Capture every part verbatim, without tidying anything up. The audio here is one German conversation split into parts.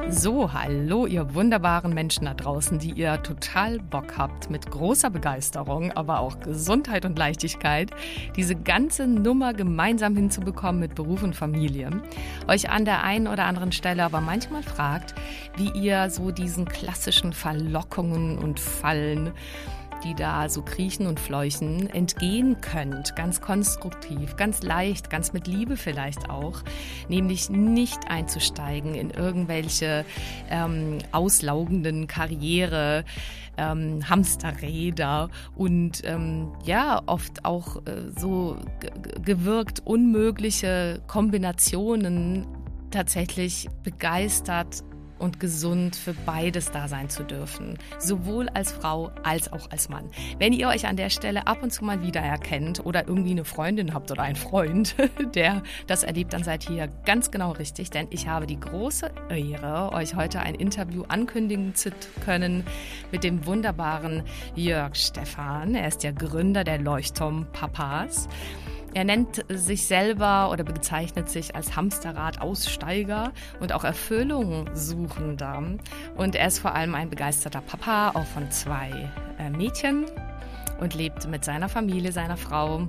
So, hallo ihr wunderbaren Menschen da draußen, die ihr total Bock habt, mit großer Begeisterung, aber auch Gesundheit und Leichtigkeit, diese ganze Nummer gemeinsam hinzubekommen mit Beruf und Familie. Euch an der einen oder anderen Stelle aber manchmal fragt, wie ihr so diesen klassischen Verlockungen und Fallen, die da so kriechen und fleuchen, entgehen könnt. Ganz konstruktiv, ganz leicht, ganz mit Liebe vielleicht auch. Nämlich nicht einzusteigen in irgendwelche ähm, auslaugenden Karriere, ähm, Hamsterräder und ähm, ja, oft auch äh, so g- gewirkt unmögliche Kombinationen tatsächlich begeistert und gesund für beides da sein zu dürfen. Sowohl als Frau als auch als Mann. Wenn ihr euch an der Stelle ab und zu mal wiedererkennt oder irgendwie eine Freundin habt oder einen Freund, der das erlebt, dann seid ihr hier ganz genau richtig, denn ich habe die große Ehre, euch heute ein Interview ankündigen zu können mit dem wunderbaren Jörg Stephan. Er ist der Gründer der Leuchtturm-Papas. Er nennt sich selber oder bezeichnet sich als Hamsterrad-Aussteiger und auch Erfüllungssuchender. Und er ist vor allem ein begeisterter Papa, auch von zwei äh, Mädchen und lebt mit seiner Familie, seiner Frau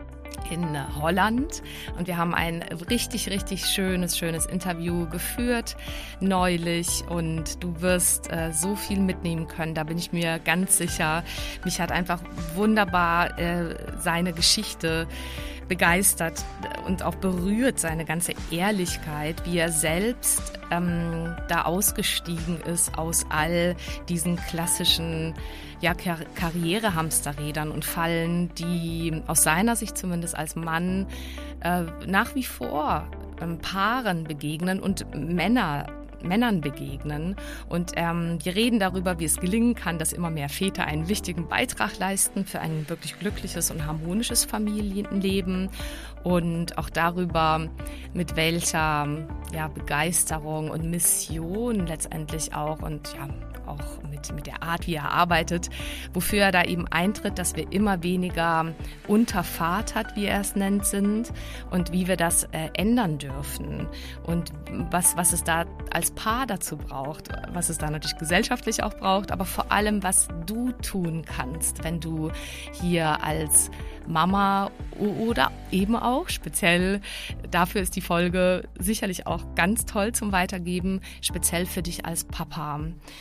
in Holland. Und wir haben ein richtig, richtig schönes, schönes Interview geführt neulich und du wirst äh, so viel mitnehmen können, da bin ich mir ganz sicher. Mich hat einfach wunderbar äh, seine Geschichte begeistert und auch berührt, seine ganze Ehrlichkeit, wie er selbst ähm, da ausgestiegen ist aus all diesen klassischen ja, Kar- Karrierehamsterrädern und Fallen, die aus seiner Sicht zumindest als Mann äh, nach wie vor ähm, Paaren begegnen und Männer Männern begegnen. Und ähm, wir reden darüber, wie es gelingen kann, dass immer mehr Väter einen wichtigen Beitrag leisten für ein wirklich glückliches und harmonisches Familienleben und auch darüber, mit welcher ja, Begeisterung und Mission letztendlich auch und ja, auch mit, mit der Art, wie er arbeitet, wofür er da eben eintritt, dass wir immer weniger untervatert, wie er es nennt, sind und wie wir das äh, ändern dürfen und was, was es da als Paar dazu braucht, was es da natürlich gesellschaftlich auch braucht, aber vor allem, was du tun kannst, wenn du hier als Mama oder eben auch speziell, dafür ist die Folge sicherlich auch ganz toll zum Weitergeben, speziell für dich als Papa.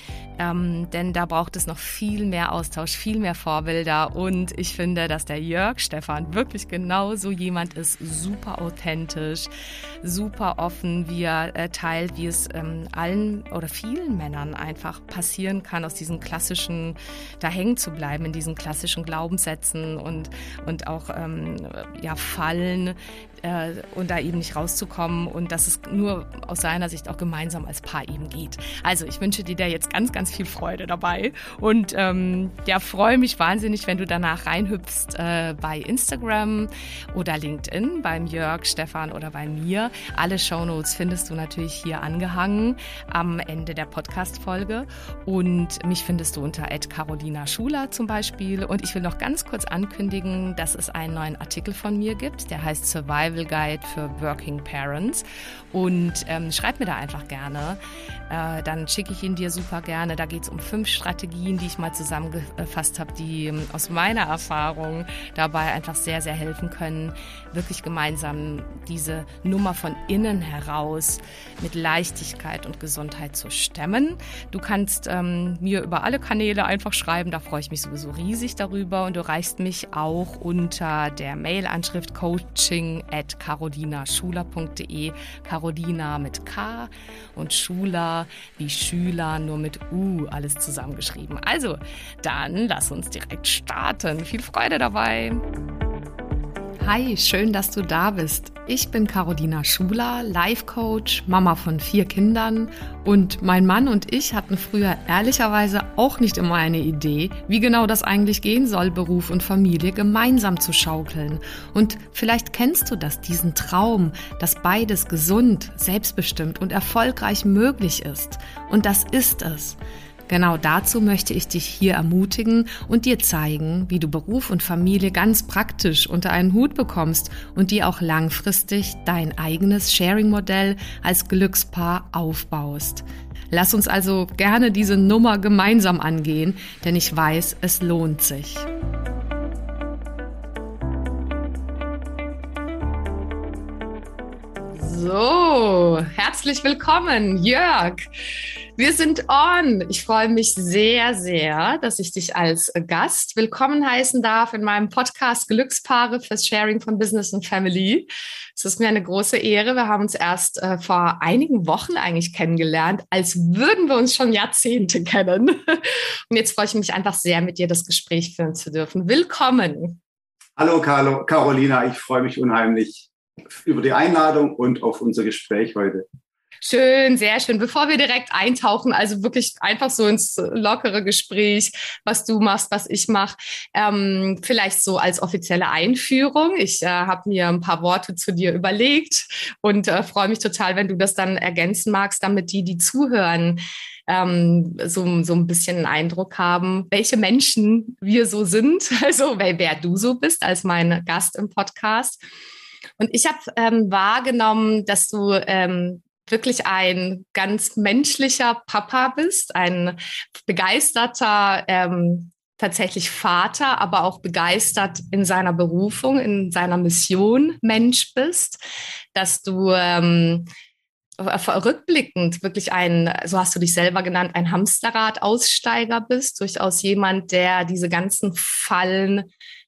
Ähm, denn da braucht es noch viel mehr Austausch, viel mehr Vorbilder und ich finde, dass der Jörg Stephan wirklich genau so jemand ist, super authentisch, super offen, wie er äh, teilt, wie es ähm, allen oder vielen Männern einfach passieren kann, aus diesen klassischen, da hängen zu bleiben, in diesen klassischen Glaubenssätzen und, und auch ähm, ja, Fallen äh, und da eben nicht rauszukommen und dass es nur aus seiner Sicht auch gemeinsam als Paar eben geht. Also ich wünsche dir da jetzt ganz, ganz viel Freude dabei und ähm, ja, freue mich wahnsinnig, wenn du danach reinhüpfst äh, bei Instagram oder LinkedIn beim Jörg Stephan oder bei mir. Alle Shownotes findest du natürlich hier angehangen am Ende der Podcast-Folge und mich findest du unter at Carolina Schuler zum Beispiel und ich will noch ganz kurz ankündigen, dass es einen neuen Artikel von mir gibt, der heißt Survival Guide für Working Parents und ähm, schreib mir da einfach gerne, äh, dann schicke ich ihn dir super gerne. Da geht es um fünf Strategien, die ich mal zusammengefasst habe, die ähm, aus meiner Erfahrung dabei einfach sehr, sehr helfen können, wirklich gemeinsam diese Nummer von innen heraus mit Leichtigkeit und Gesundheit zu stemmen. Du kannst ähm, mir über alle Kanäle einfach schreiben, da freue ich mich sowieso riesig darüber und du erreichst mich auch unter der Mailanschrift coaching at carolinaschuler punkt de, Carolina mit K und Schuler wie Schüler nur mit U, alles zusammengeschrieben. Also, dann lass uns direkt starten. Viel Freude dabei! Hi, schön, dass du da bist. Ich bin Carolina Schuler, Life Coach, Mama von vier Kindern und mein Mann und ich hatten früher ehrlicherweise auch nicht immer eine Idee, wie genau das eigentlich gehen soll, Beruf und Familie gemeinsam zu schaukeln. Und vielleicht kennst du das, diesen Traum, dass beides gesund, selbstbestimmt und erfolgreich möglich ist. Und das ist es. Genau dazu möchte ich dich hier ermutigen und dir zeigen, wie du Beruf und Familie ganz praktisch unter einen Hut bekommst und dir auch langfristig dein eigenes Sharing-Modell als Glückspaar aufbaust. Lass uns also gerne diese Nummer gemeinsam angehen, denn ich weiß, es lohnt sich. So, herzlich willkommen, Jörg. Wir sind on. Ich freue mich sehr, sehr, dass ich dich als Gast willkommen heißen darf in meinem Podcast Glückspaare fürs Sharing von Business und Family. Es ist mir eine große Ehre. Wir haben uns erst äh, vor einigen Wochen eigentlich kennengelernt, als würden wir uns schon Jahrzehnte kennen. Und jetzt freue ich mich einfach sehr, mit dir das Gespräch führen zu dürfen. Willkommen. Hallo Carlo, Carolina, ich freue mich unheimlich über die Einladung und auf unser Gespräch heute. Schön, sehr schön. Bevor wir direkt eintauchen, also wirklich einfach so ins lockere Gespräch, was du machst, was ich mache, ähm, vielleicht so als offizielle Einführung. Ich äh, habe mir ein paar Worte zu dir überlegt und äh, freue mich total, wenn du das dann ergänzen magst, damit die, die zuhören, ähm, so, so ein bisschen einen Eindruck haben, welche Menschen wir so sind, also wer, wer du so bist als mein Gast im Podcast. Und ich habe ähm, wahrgenommen, dass du ähm, wirklich ein ganz menschlicher Papa bist, ein begeisterter ähm, tatsächlich Vater, aber auch begeistert in seiner Berufung, in seiner Mission Mensch bist, dass du ähm, rückblickend wirklich ein, so hast du dich selber genannt, ein Hamsterrad-Aussteiger bist, durchaus jemand, der diese ganzen Fallen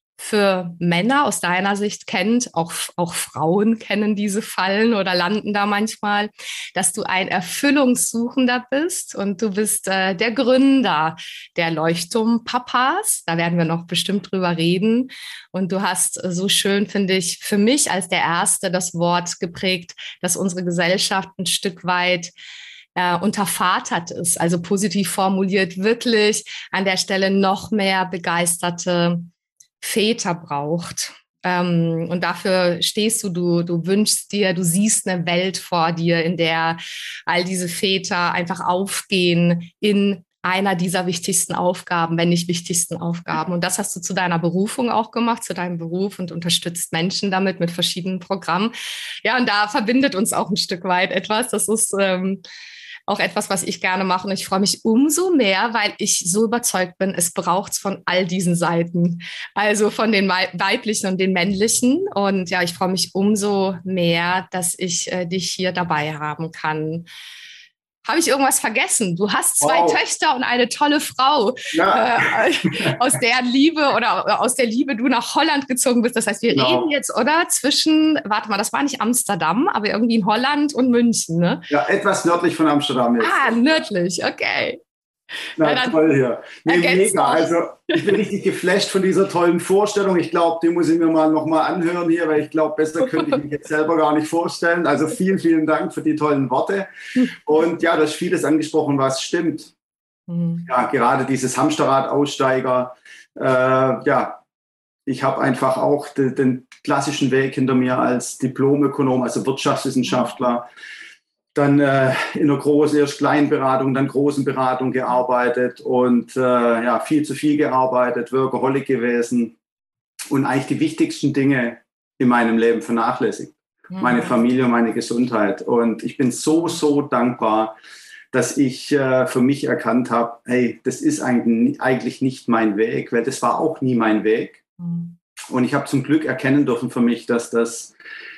für Männer aus deiner Sicht kennt, auch, auch Frauen kennen diese Fallen oder landen da manchmal, dass du ein Erfüllungssuchender bist und du bist äh, der Gründer der Leuchtturm-Papas. Da werden wir noch bestimmt drüber reden. Und du hast so schön, finde ich, für mich als der Erste das Wort geprägt, dass unsere Gesellschaft ein Stück weit äh, untervatert ist, also positiv formuliert, wirklich an der Stelle noch mehr begeisterte Väter braucht. Ähm, und dafür stehst du, du, du wünschst dir, du siehst eine Welt vor dir, in der all diese Väter einfach aufgehen in einer dieser wichtigsten Aufgaben, wenn nicht wichtigsten Aufgaben. Und das hast du zu deiner Berufung auch gemacht, zu deinem Beruf und unterstützt Menschen damit mit verschiedenen Programmen. Ja, und da verbindet uns auch ein Stück weit etwas. Das ist ähm, auch etwas, was ich gerne mache. Und ich freue mich umso mehr, weil ich so überzeugt bin, es braucht es von all diesen Seiten. Also von den weiblichen und den männlichen. Und ja, ich freue mich umso mehr, dass ich äh, dich hier dabei haben kann. Habe ich irgendwas vergessen? Du hast zwei wow. Töchter und eine tolle Frau, ja. äh, aus der Liebe oder aus der Liebe du nach Holland gezogen bist. Das heißt, wir genau. reden jetzt, oder? Zwischen, warte mal, das war nicht Amsterdam, aber irgendwie in Holland und München, ne? Ja, etwas nördlich von Amsterdam jetzt. Ah, nördlich, okay. Na, ja, toll hier. Nee, mega. Also ich bin richtig geflasht von dieser tollen Vorstellung. Ich glaube, die muss ich mir mal nochmal anhören hier, weil ich glaube, besser könnte ich mich jetzt selber gar nicht vorstellen. Also vielen, vielen Dank für die tollen Worte. Und ja, da ist vieles angesprochen, was stimmt. Mhm. Ja, gerade dieses Hamsterrad-Aussteiger. Äh, ja, ich habe einfach auch de, den klassischen Weg hinter mir als Diplomökonom, also Wirtschaftswissenschaftler. Dann äh, in einer großen, erst kleinen Beratung, dann großen Beratung gearbeitet und äh, ja, viel zu viel gearbeitet, Workaholic gewesen und eigentlich die wichtigsten Dinge in meinem Leben vernachlässigt. Mhm. Meine Familie und meine Gesundheit. Und ich bin so, so dankbar, dass ich äh, für mich erkannt habe, hey, das ist eigentlich nicht mein Weg, weil das war auch nie mein Weg. Mhm. Und ich habe zum Glück erkennen dürfen für mich, dass das,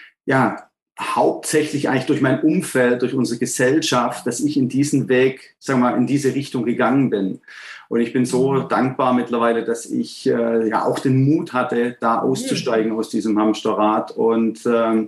ja, hauptsächlich eigentlich durch mein Umfeld, durch unsere Gesellschaft, dass ich in diesen Weg, sagen wir mal, in diese Richtung gegangen bin. Und ich bin so mhm. dankbar mittlerweile, dass ich äh, ja auch den Mut hatte, da auszusteigen mhm. aus diesem Hamsterrad und ähm,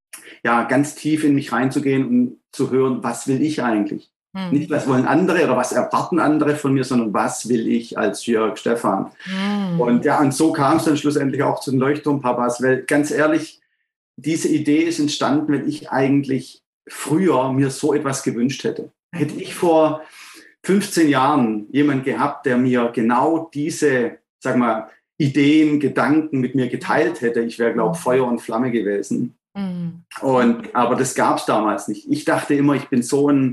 ja, ganz tief in mich reinzugehen und zu hören, was will ich eigentlich? Mhm. Nicht, was wollen andere oder was erwarten andere von mir, sondern was will ich als Jörg Stephan? Mhm. Und ja, und so kam es dann schlussendlich auch zu den Leuchtturmpapas, weil ganz ehrlich, diese Idee ist entstanden, wenn ich eigentlich früher mir so etwas gewünscht hätte. Hätte ich vor fünfzehn Jahren jemanden gehabt, der mir genau diese, sag mal, Ideen, Gedanken mit mir geteilt hätte, ich wäre, glaube ich, Feuer und Flamme gewesen. Mhm. Und, aber das gab es damals nicht. Ich dachte immer, ich bin so ein,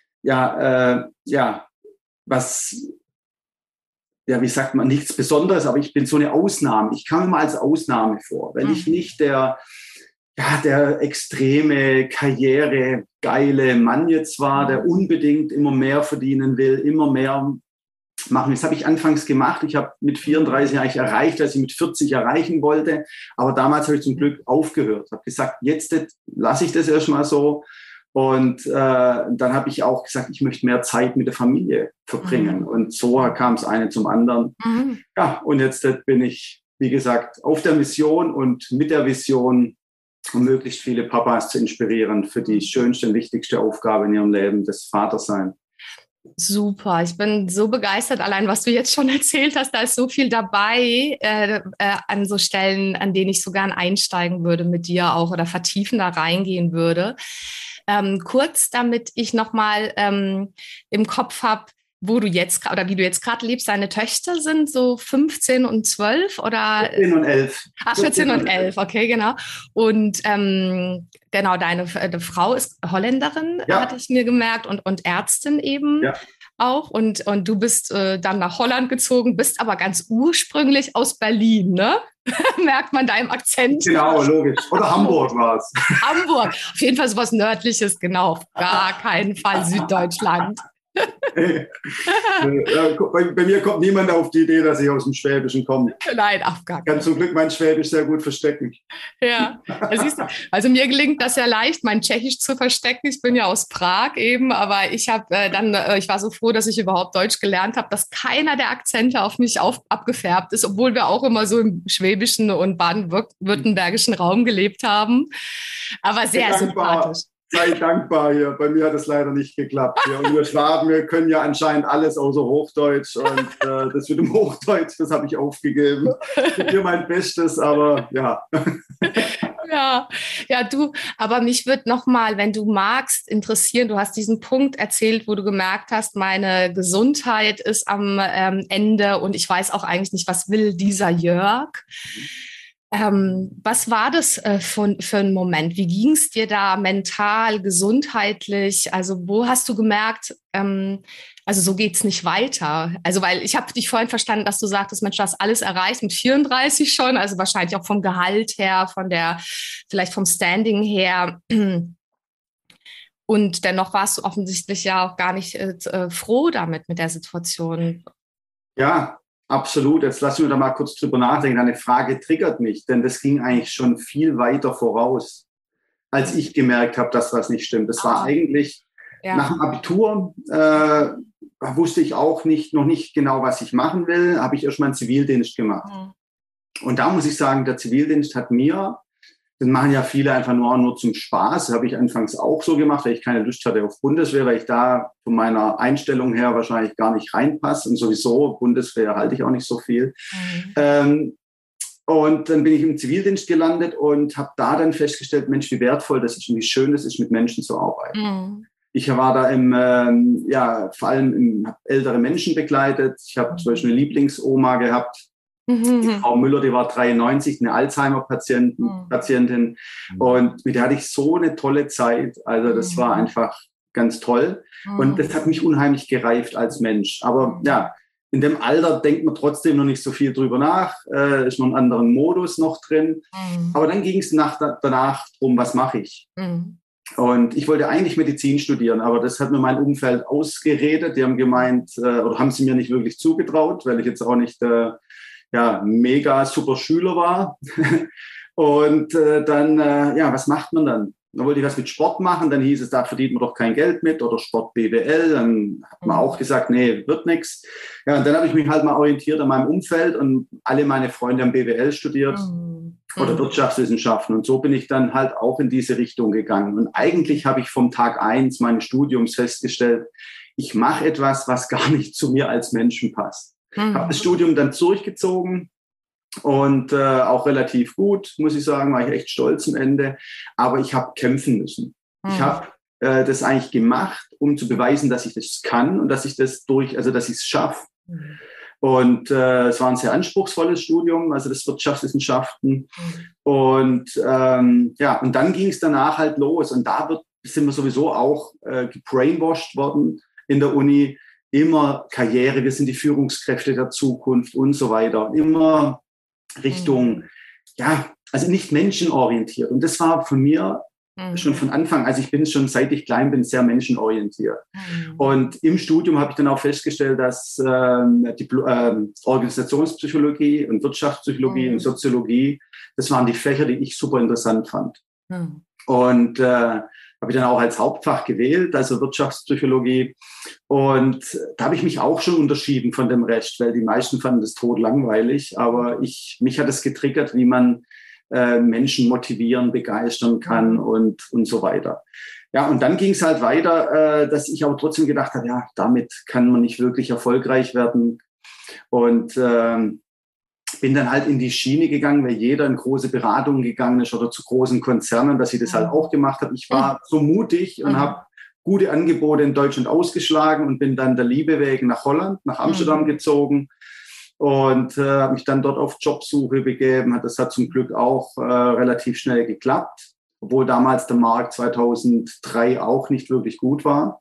ja, äh, ja, was, ja, wie sagt man, nichts Besonderes, aber ich bin so eine Ausnahme. Ich kam immer als Ausnahme vor, weil mhm. ich nicht der ja, der extreme Karriere geile Mann jetzt war, der unbedingt immer mehr verdienen will, immer mehr machen. Das habe ich anfangs gemacht. Ich habe mit vierunddreißig eigentlich erreicht, was ich mit vierzig erreichen wollte. Aber damals habe ich zum Glück aufgehört. Habe gesagt, jetzt lasse ich das erstmal so. Und äh, dann habe ich auch gesagt, ich möchte mehr Zeit mit der Familie verbringen. Mhm. Und so kam es eine zum anderen. Mhm. Ja, und jetzt bin ich, wie gesagt, auf der Mission und mit der Vision, um möglichst viele Papas zu inspirieren für die schönste und wichtigste Aufgabe in ihrem Leben, das Vatersein. Super, ich bin so begeistert, allein was du jetzt schon erzählt hast, da ist so viel dabei äh, äh, an so Stellen, an denen ich so gern einsteigen würde mit dir auch oder vertiefender reingehen würde. Ähm, kurz, damit ich nochmal ähm, im Kopf habe, wo du jetzt oder wie du jetzt gerade lebst. Deine Töchter sind so fünfzehn und zwölf oder? vierzehn und elf. Ach, vierzehn und elf, okay, genau. Und ähm, genau, deine, deine Frau ist Holländerin, ja. hatte ich mir gemerkt, und, und Ärztin eben ja. auch. Und, und du bist äh, dann nach Holland gezogen, bist aber ganz ursprünglich aus Berlin, ne? Merkt man deinem Akzent. Genau, logisch. Oder Hamburg war es. Hamburg, auf jeden Fall sowas Nördliches, genau. Auf gar keinen Fall Süddeutschland. bei, bei mir kommt niemand auf die Idee, dass ich aus dem Schwäbischen komme. Nein, auf gar keinen Fall. Ich kann zum Glück mein Schwäbisch sehr gut verstecken. Ja, siehst du, also mir gelingt das ja leicht, mein Tschechisch zu verstecken. Ich bin ja aus Prag eben, aber ich habe äh, dann, äh, ich war so froh, dass ich überhaupt Deutsch gelernt habe, dass keiner der Akzente auf mich auf, abgefärbt ist, obwohl wir auch immer so im schwäbischen und baden-württembergischen Raum gelebt haben. Aber sehr ja, sympathisch. Sei dankbar hier. Bei mir hat es leider nicht geklappt. Wir, und wir Schwaben, wir können ja anscheinend alles außer Hochdeutsch. Und äh, das mit dem Hochdeutsch, das habe ich aufgegeben. Ich gebe mein Bestes, aber ja. Ja, ja, du, aber mich würde nochmal, wenn du magst, interessieren, du hast diesen Punkt erzählt, wo du gemerkt hast, meine Gesundheit ist am ähm, Ende und ich weiß auch eigentlich nicht, was will dieser Jörg. Ähm, was war das äh, für, für ein Moment? Wie ging es dir da mental, gesundheitlich? Also wo hast du gemerkt, ähm, also so geht's nicht weiter? Also weil ich habe dich vorhin verstanden, dass du sagtest, Mensch, du hast alles erreicht mit vierunddreißig schon, also wahrscheinlich auch vom Gehalt her, von der, vielleicht vom Standing her. Und dennoch warst du offensichtlich ja auch gar nicht äh, froh damit, mit der Situation. Ja, absolut. Jetzt lassen wir da mal kurz drüber nachdenken. Deine Frage triggert mich, denn das ging eigentlich schon viel weiter voraus, als ich gemerkt habe, dass was nicht stimmt. Das ah. war eigentlich ja. nach dem Abitur, äh, wusste ich auch nicht, noch nicht genau, was ich machen will, habe ich erstmal einen Zivildienst gemacht. Mhm. Und da muss ich sagen, der Zivildienst hat mir, das machen ja viele einfach nur, nur zum Spaß, das habe ich anfangs auch so gemacht, weil ich keine Lust hatte auf Bundeswehr, weil ich da von meiner Einstellung her wahrscheinlich gar nicht reinpasse und sowieso Bundeswehr halte ich auch nicht so viel. Mhm. Ähm, und dann bin ich im Zivildienst gelandet und habe da dann festgestellt, Mensch, wie wertvoll das ist und wie schön es ist, mit Menschen zu arbeiten. Mhm. Ich war da im, ähm, ja, vor allem im, hab ältere Menschen begleitet. Ich habe zum Beispiel eine Lieblingsoma gehabt, mhm. die Frau Müller, die war dreiundneunzig, eine Alzheimer-Patientin. Mhm. Patientin. Und mit der hatte ich so eine tolle Zeit. Also das mhm. war einfach ganz toll. Mhm. Und das hat mich unheimlich gereift als Mensch. Aber ja, in dem Alter denkt man trotzdem noch nicht so viel drüber nach. Äh, ist noch einen anderen Modus noch drin. Mhm. Aber dann ging es nach, danach darum, was mache ich? Mhm. Und ich wollte eigentlich Medizin studieren, aber das hat mir mein Umfeld ausgeredet. Die haben gemeint, äh, oder haben sie mir nicht wirklich zugetraut, weil ich jetzt auch nicht äh, ja, mega super Schüler war. Und äh, dann, äh, ja, was macht man dann? Dann wollte ich was mit Sport machen, dann hieß es, da verdient man doch kein Geld mit oder Sport B W L. Dann hat man auch gesagt, nee, wird nichts. Ja, und dann habe ich mich halt mal orientiert an meinem Umfeld und alle meine Freunde haben B W L studiert. Mhm. Oder Wirtschaftswissenschaften. Und so bin ich dann halt auch in diese Richtung gegangen. Und eigentlich habe ich vom Tag eins meines Studiums festgestellt, ich mache etwas, was gar nicht zu mir als Menschen passt. Mhm. Habe das Studium dann durchgezogen und äh, auch relativ gut, muss ich sagen, war ich echt stolz am Ende. Aber ich habe kämpfen müssen. Mhm. Ich habe äh, das eigentlich gemacht, um zu beweisen, dass ich das kann und dass ich das durch, also dass ich es schaffe. Mhm. Und äh, es war ein sehr anspruchsvolles Studium, also das Wirtschaftswissenschaften. Mhm. Und ähm, ja, und dann ging es danach halt los. Und da wird, sind wir sowieso auch äh, gebrainwashed worden in der Uni. Immer Karriere, wir sind die Führungskräfte der Zukunft und so weiter. Immer Richtung, mhm. ja, also nicht menschenorientiert. Und das war von mir mhm. schon von Anfang, also ich bin schon, seit ich klein bin, sehr menschenorientiert. Mhm. Und im Studium habe ich dann auch festgestellt, dass ähm, die ähm, Organisationspsychologie und Wirtschaftspsychologie mhm. und Soziologie, das waren die Fächer, die ich super interessant fand. Mhm. Und äh, habe ich dann auch als Hauptfach gewählt, also Wirtschaftspsychologie. Und da habe ich mich auch schon unterschieden von dem Rest, weil die meisten fanden das totlangweilig. Aber ich, mich hat es getriggert, wie man äh, Menschen motivieren, begeistern kann mhm. und, und so weiter. Ja, und dann ging es halt weiter, äh, dass ich aber trotzdem gedacht habe, ja, damit kann man nicht wirklich erfolgreich werden. Und ähm, bin dann halt in die Schiene gegangen, weil jeder in große Beratungen gegangen ist oder zu großen Konzernen, dass ich das halt auch gemacht habe. Ich war so mutig und mhm. habe gute Angebote in Deutschland ausgeschlagen und bin dann der Liebe wegen nach Holland, nach Amsterdam mhm. gezogen und äh, habe mich dann dort auf Jobsuche begeben. Das hat zum Glück auch äh, relativ schnell geklappt, obwohl damals der Markt zweitausenddrei auch nicht wirklich gut war.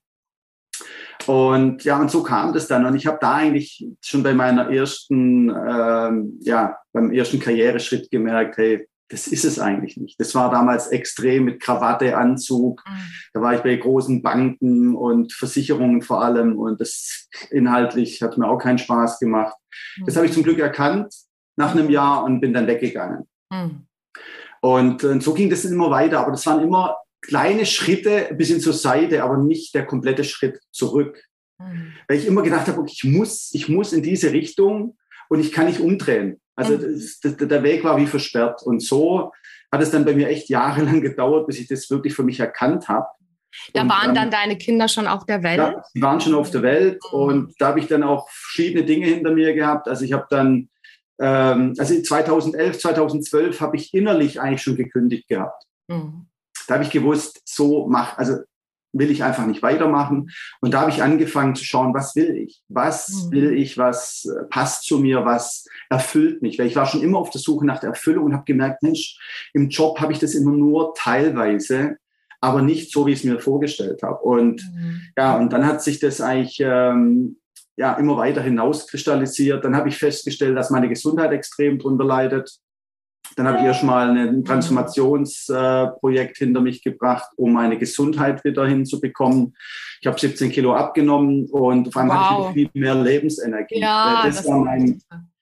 Und ja, und so kam das dann. Und ich habe da eigentlich schon bei meiner ersten, ähm, ja, beim ersten Karriereschritt gemerkt, hey, das ist es eigentlich nicht. Das war damals extrem mit Krawatte, Anzug. Mhm. Da war ich bei großen Banken und Versicherungen vor allem. Und das inhaltlich hat mir auch keinen Spaß gemacht. Mhm. Das habe ich zum Glück erkannt nach einem Jahr und bin dann weggegangen. Mhm. Und, und so ging das immer weiter. Aber das waren immer kleine Schritte ein bisschen zur Seite, aber nicht der komplette Schritt zurück. Mhm. Weil ich immer gedacht habe, okay, ich muss, ich muss in diese Richtung und ich kann nicht umdrehen. Also das, das, der Weg war wie versperrt. Und so hat es dann bei mir echt jahrelang gedauert, bis ich das wirklich für mich erkannt habe. Da und, waren ähm, dann deine Kinder schon auf der Welt? Ja, die waren schon auf der Welt. Mhm. Und da habe ich dann auch verschiedene Dinge hinter mir gehabt. Also ich habe dann, ähm, also zweitausendelf, zweitausendzwölf habe ich innerlich eigentlich schon gekündigt gehabt. Mhm. Da habe ich gewusst, so mach, also will ich einfach nicht weitermachen. Und da habe ich angefangen zu schauen, was will ich? Was mhm. will ich? Was passt zu mir? Was erfüllt mich? Weil ich war schon immer auf der Suche nach der Erfüllung und habe gemerkt, Mensch, im Job habe ich das immer nur teilweise, aber nicht so, wie ich es mir vorgestellt habe. Und mhm. ja, und dann hat sich das eigentlich ähm, ja immer weiter hinauskristallisiert. Dann habe ich festgestellt, dass meine Gesundheit extrem drunter leidet. Dann habe ich erst mal ein Transformationsprojekt äh, hinter mich gebracht, um meine Gesundheit wieder hinzubekommen. Ich habe siebzehn Kilo abgenommen und vor allem wow. hatte ich wieder viel mehr Lebensenergie. Ja, das, das, war mein,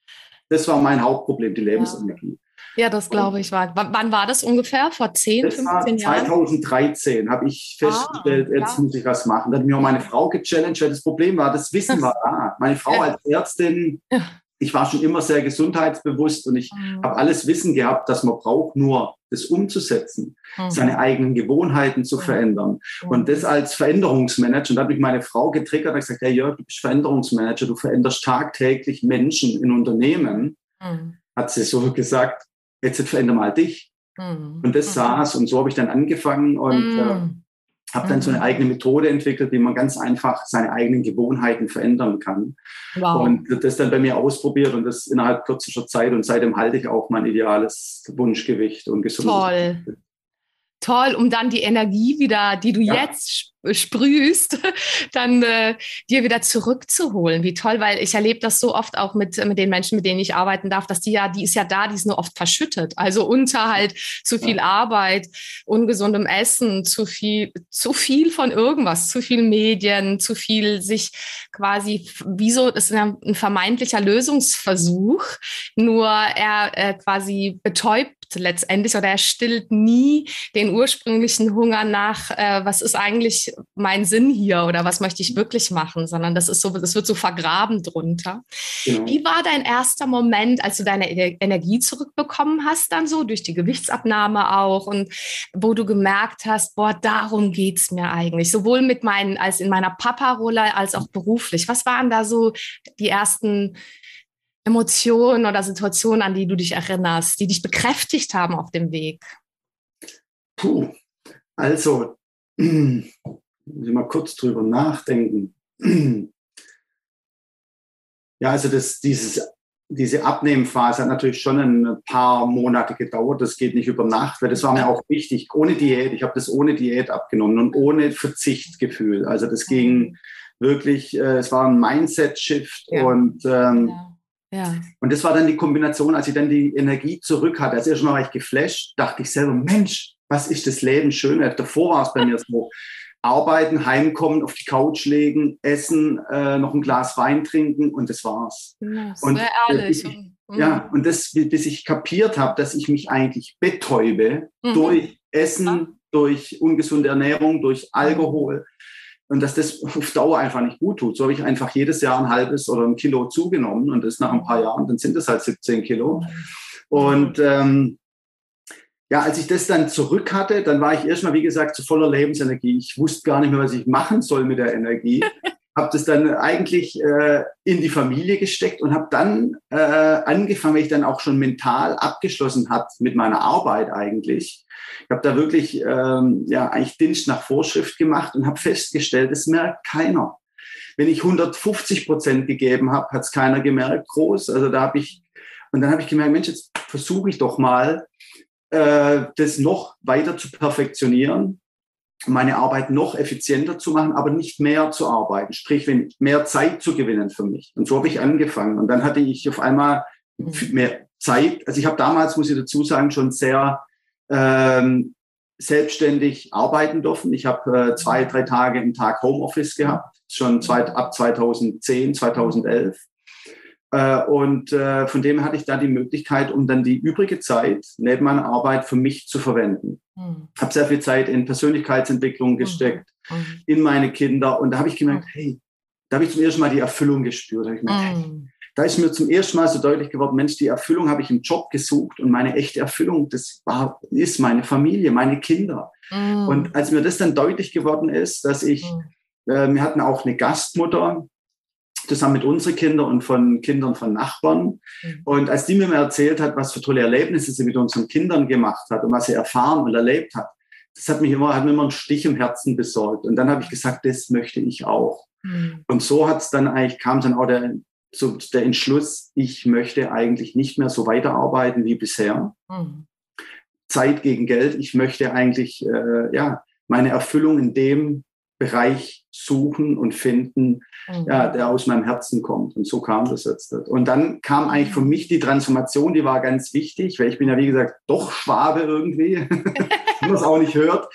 das war mein Hauptproblem, die Lebensenergie. Ja, ja das glaube ich war. W- wann war das ungefähr? Vor zehn, fünfzehn Jahren? zweitausenddreizehn habe ich festgestellt, ah, jetzt ja. muss ich was machen. Da hat mir auch meine Frau gechallenged, weil das Problem war, das Wissen war da. Meine Frau ja. als Ärztin... Ja. Ich war schon immer sehr gesundheitsbewusst und ich mhm. habe alles Wissen gehabt, das man braucht, nur das umzusetzen, mhm. seine eigenen Gewohnheiten zu mhm. verändern. Mhm. Und das als Veränderungsmanager. Und da habe ich meine Frau getriggert und gesagt, hey Jörg, du bist Veränderungsmanager, du veränderst tagtäglich Menschen in Unternehmen. Mhm. Hat sie so gesagt, jetzt veränder mal dich. Mhm. Und das mhm. saß und so habe ich dann angefangen und mhm. äh, habe dann so eine eigene Methode entwickelt, wie man ganz einfach seine eigenen Gewohnheiten verändern kann. Wow. Und das dann bei mir ausprobiert und das innerhalb kürzester Zeit. Und seitdem halte ich auch mein ideales Wunschgewicht und Gesundheit. Toll. Toll, um dann die Energie wieder, die du ja. jetzt sprühst, dann äh, dir wieder zurückzuholen. Wie toll, weil ich erlebe das so oft auch mit, mit den Menschen, mit denen ich arbeiten darf, dass die ja, die ist ja da, die ist nur oft verschüttet. Also unter halt zu viel ja. Arbeit, ungesundem Essen, zu viel, zu viel von irgendwas, zu viel Medien, zu viel sich quasi, wieso, das ist ein, ein vermeintlicher Lösungsversuch, nur er äh, quasi betäubt letztendlich oder er stillt nie den ursprünglichen Hunger nach, äh, was ist eigentlich mein Sinn hier oder was möchte ich wirklich machen, sondern das ist so, das wird so vergraben drunter. Genau. Wie war dein erster Moment, als du deine Energie zurückbekommen hast, dann so durch die Gewichtsabnahme auch und wo du gemerkt hast, boah, darum geht's mir eigentlich, sowohl mit meinen, als in meiner Papa-Rolle als auch beruflich. Was waren da so die ersten Emotionen oder Situationen, an die du dich erinnerst, die dich bekräftigt haben auf dem Weg? Puh, also, muss ich mal kurz drüber nachdenken. Ja, also das, dieses, diese Abnehmphase hat natürlich schon ein paar Monate gedauert. Das geht nicht über Nacht, weil das war mir auch wichtig. Ohne Diät, ich habe das ohne Diät abgenommen und ohne Verzichtgefühl. Also das ging wirklich, äh, es war ein Mindset-Shift ja. und ähm, ja. Ja. Und das war dann die Kombination, als ich dann die Energie zurück hatte. Als erstmal war ich geflasht, dachte ich selber, Mensch, was ist das Leben schön. Davor war es bei mir so, arbeiten, heimkommen, auf die Couch legen, essen, äh, noch ein Glas Wein trinken und das war's. Ja, und sehr ehrlich. Ich, ja, und das, bis ich kapiert habe, dass ich mich eigentlich betäube mhm. durch Essen, ja. durch ungesunde Ernährung, durch Alkohol und dass das auf Dauer einfach nicht gut tut. So habe ich einfach jedes Jahr ein halbes oder ein Kilo zugenommen und das nach ein paar Jahren, dann sind es halt siebzehn Kilo. Und ähm, ja, als ich das dann zurück hatte, dann war ich erstmal, wie gesagt, zu voller Lebensenergie. Ich wusste gar nicht mehr, was ich machen soll mit der Energie. Habe das dann eigentlich äh, in die Familie gesteckt und habe dann äh, angefangen, weil ich dann auch schon mental abgeschlossen hat mit meiner Arbeit eigentlich. Ich habe da wirklich ähm, ja eigentlich Dienst nach Vorschrift gemacht und habe festgestellt, das merkt keiner. Wenn ich hundertfünfzig Prozent gegeben habe, hat es keiner gemerkt, groß. Also da habe ich und dann habe ich gemerkt, Mensch, jetzt versuche ich doch mal, das noch weiter zu perfektionieren, meine Arbeit noch effizienter zu machen, aber nicht mehr zu arbeiten, sprich mehr Zeit zu gewinnen für mich. Und so habe ich angefangen. Und dann hatte ich auf einmal mehr Zeit. Also ich habe damals, muss ich dazu sagen, schon sehr ähm, selbstständig arbeiten dürfen. Ich habe äh, zwei, drei Tage im Tag Homeoffice gehabt, schon zwei, ab zweitausendzehn, zweitausendelf. Und äh, von dem hatte ich da die Möglichkeit, um dann die übrige Zeit neben meiner Arbeit für mich zu verwenden. Mhm. Habe sehr viel Zeit in Persönlichkeitsentwicklung gesteckt, mhm. in meine Kinder. Und da habe ich gemerkt, mhm. hey, da habe ich zum ersten Mal die Erfüllung gespürt. Da habe ich gemerkt, mhm. hey, da ist mir zum ersten Mal so deutlich geworden, Mensch, die Erfüllung habe ich im Job gesucht und meine echte Erfüllung, das war, ist meine Familie, meine Kinder. Mhm. Und als mir das dann deutlich geworden ist, dass ich, mhm. äh, wir hatten auch eine Gastmutter, zusammen mit unseren Kindern und von Kindern von Nachbarn. Mhm. Und als die mir mal erzählt hat, was für tolle Erlebnisse sie mit unseren Kindern gemacht hat und was sie erfahren und erlebt hat, das hat mich immer, hat mir immer einen Stich im Herzen besorgt. Und dann habe ich gesagt, das möchte ich auch. Mhm. Und so hat es dann eigentlich, kam dann auch der, so der Entschluss, ich möchte eigentlich nicht mehr so weiterarbeiten wie bisher. Mhm. Zeit gegen Geld. Ich möchte eigentlich, äh, ja, meine Erfüllung in dem Bereich suchen und finden, mhm. ja, der aus meinem Herzen kommt. Und so kam das jetzt. Und dann kam eigentlich für mich die Transformation, die war ganz wichtig, weil ich bin ja, wie gesagt, doch Schwabe irgendwie, wie man es auch nicht hört.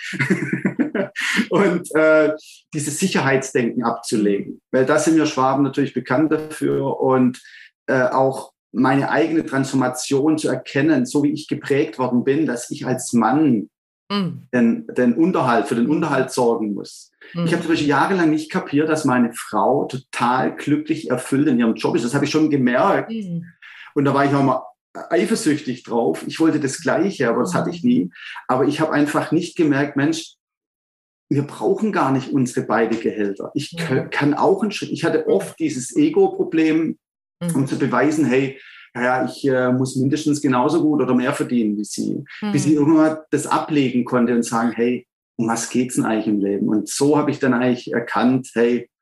Und äh, dieses Sicherheitsdenken abzulegen. Weil da sind wir Schwaben natürlich bekannt dafür und äh, auch meine eigene Transformation zu erkennen, so wie ich geprägt worden bin, dass ich als Mann mhm. den, den Unterhalt, für den Unterhalt sorgen muss. Mhm. Ich habe zum Beispiel jahrelang nicht kapiert, dass meine Frau total glücklich erfüllt in ihrem Job ist. Das habe ich schon gemerkt. Mhm. Und da war ich auch mal eifersüchtig drauf. Ich wollte das Gleiche, aber das hatte ich nie. Aber ich habe einfach nicht gemerkt, Mensch, wir brauchen gar nicht unsere beiden Gehälter. Ich ja. kann auch einen Schritt. Ich hatte oft dieses Ego-Problem, mhm. um zu beweisen, hey, ja, ich äh, muss mindestens genauso gut oder mehr verdienen wie sie. Mhm. Bis ich irgendwann das ablegen konnte und sagen, hey, um was geht's denn eigentlich im Leben? Und so habe ich dann eigentlich erkannt, hey,